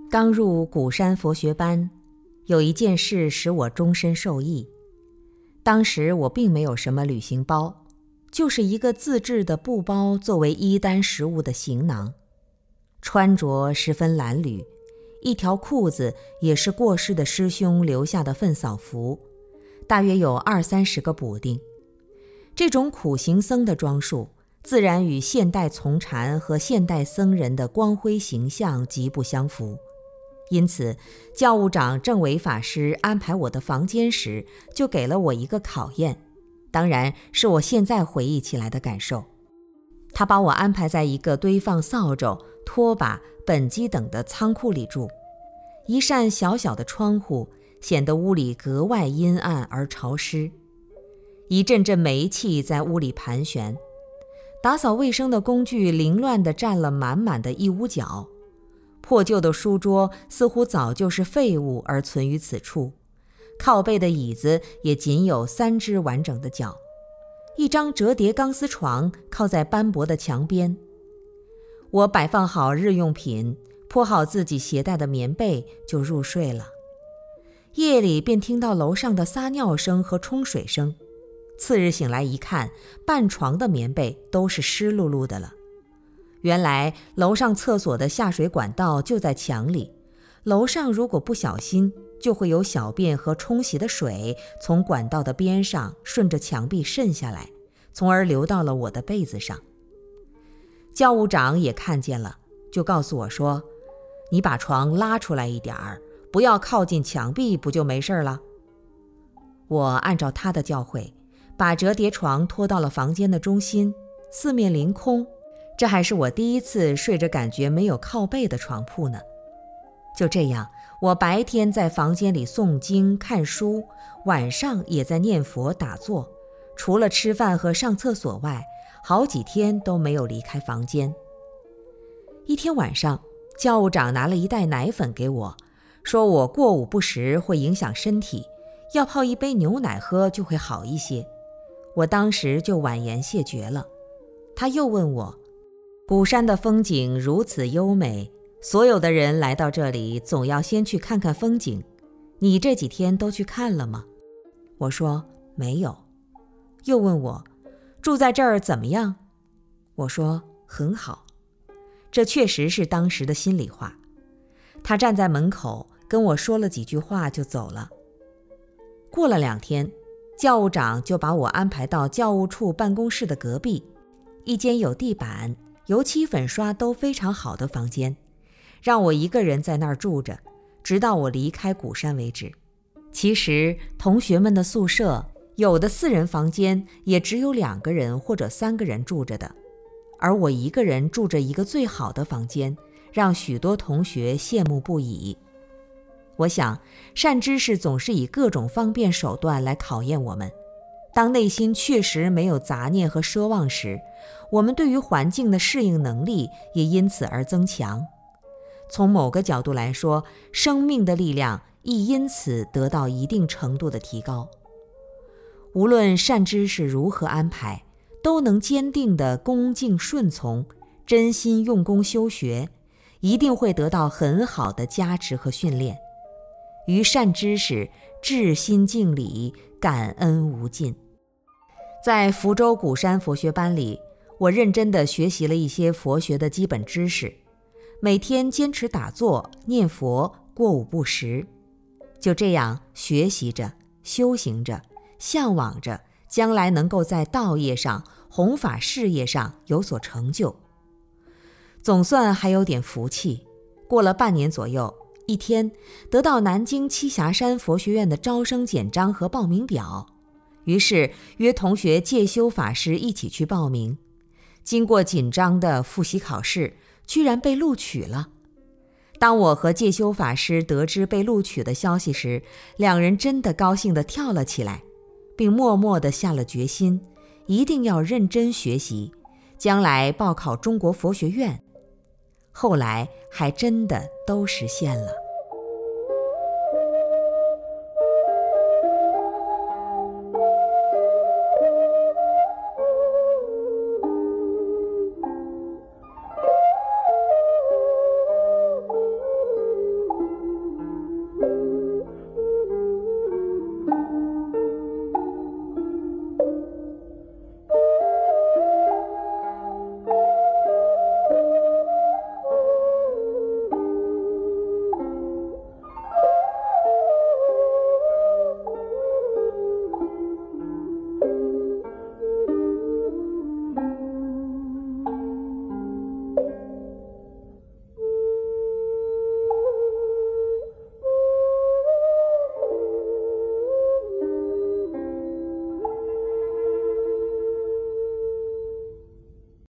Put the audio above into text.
刚入鼓山佛学班，有一件事使我终身受益。当时我并没有什么旅行包，就是一个自制的布包作为衣单食物的行囊。穿着十分褴褛，一条裤子也是过世的师兄留下的粪扫服，大约有20-30个补丁。这种苦行僧的装束，自然与现代从禅和现代僧人的光辉形象极不相符。因此，教务长正维法师安排我的房间时，就给了我一个考验，当然是我现在回忆起来的感受。他把我安排在一个堆放扫帚、拖把、本机等的仓库里住，一扇小小的窗户显得屋里格外阴暗而潮湿，一阵阵霉气在屋里盘旋，打扫卫生的工具凌乱地占了满满的一屋角。破旧的书桌似乎早就是废物而存于此处，靠背的椅子也仅有3只完整的脚，一张折叠钢丝床靠在斑驳的墙边。我摆放好日用品，铺好自己携带的棉被，就入睡了。夜里便听到楼上的撒尿声和冲水声，次日醒来一看，半床的棉被都是湿漉漉的了。原来楼上厕所的下水管道就在墙里，楼上如果不小心，就会有小便和冲洗的水从管道的边上顺着墙壁渗下来，从而流到了我的被子上。教务长也看见了，就告诉我说：“你把床拉出来一点儿，不要靠近墙壁，不就没事了？”我按照他的教诲，把折叠床拖到了房间的中心，四面临空。这还是我第一次睡着感觉没有靠背的床铺呢。就这样，我白天在房间里诵经看书，晚上也在念佛打坐，除了吃饭和上厕所外，好几天都没有离开房间。一天晚上，教务长拿了一袋奶粉给我，说我过午不食会影响身体，要泡一杯牛奶喝就会好一些。我当时就婉言谢绝了。他又问我，鼓山的风景如此优美，所有的人来到这里总要先去看看风景，你这几天都去看了吗？我说没有。又问我住在这儿怎么样？我说很好。这确实是当时的心里话。他站在门口跟我说了几句话就走了。过了2天，教务长就把我安排到教务处办公室的隔壁，一间有地板、油漆粉刷都非常好的房间，让我一个人在那儿住着，直到我离开鼓山为止。其实同学们的宿舍，有的4人房间也只有2个人或者3个人住着的，而我一个人住着一个最好的房间，让许多同学羡慕不已。我想，善知识总是以各种方便手段来考验我们。当内心确实没有杂念和奢望时，我们对于环境的适应能力也因此而增强。从某个角度来说，生命的力量亦因此得到一定程度的提高。无论善知识如何安排，都能坚定地恭敬顺从，真心用功修学，一定会得到很好的加持和训练。于善知识至心敬礼，感恩无尽。在福州鼓山佛学班里，我认真地学习了一些佛学的基本知识，每天坚持打坐、念佛、过午不食。就这样学习着、修行着、向往着，将来能够在道业上、弘法事业上有所成就。总算还有点福气，过了半年左右，一天得到南京栖霞山佛学院的招生简章和报名表，于是约同学介休法师一起去报名。经过紧张的复习考试，居然被录取了。当我和介休法师得知被录取的消息时，2人真的高兴地跳了起来，并默默地下了决心，一定要认真学习，将来报考中国佛学院。后来还真的都实现了。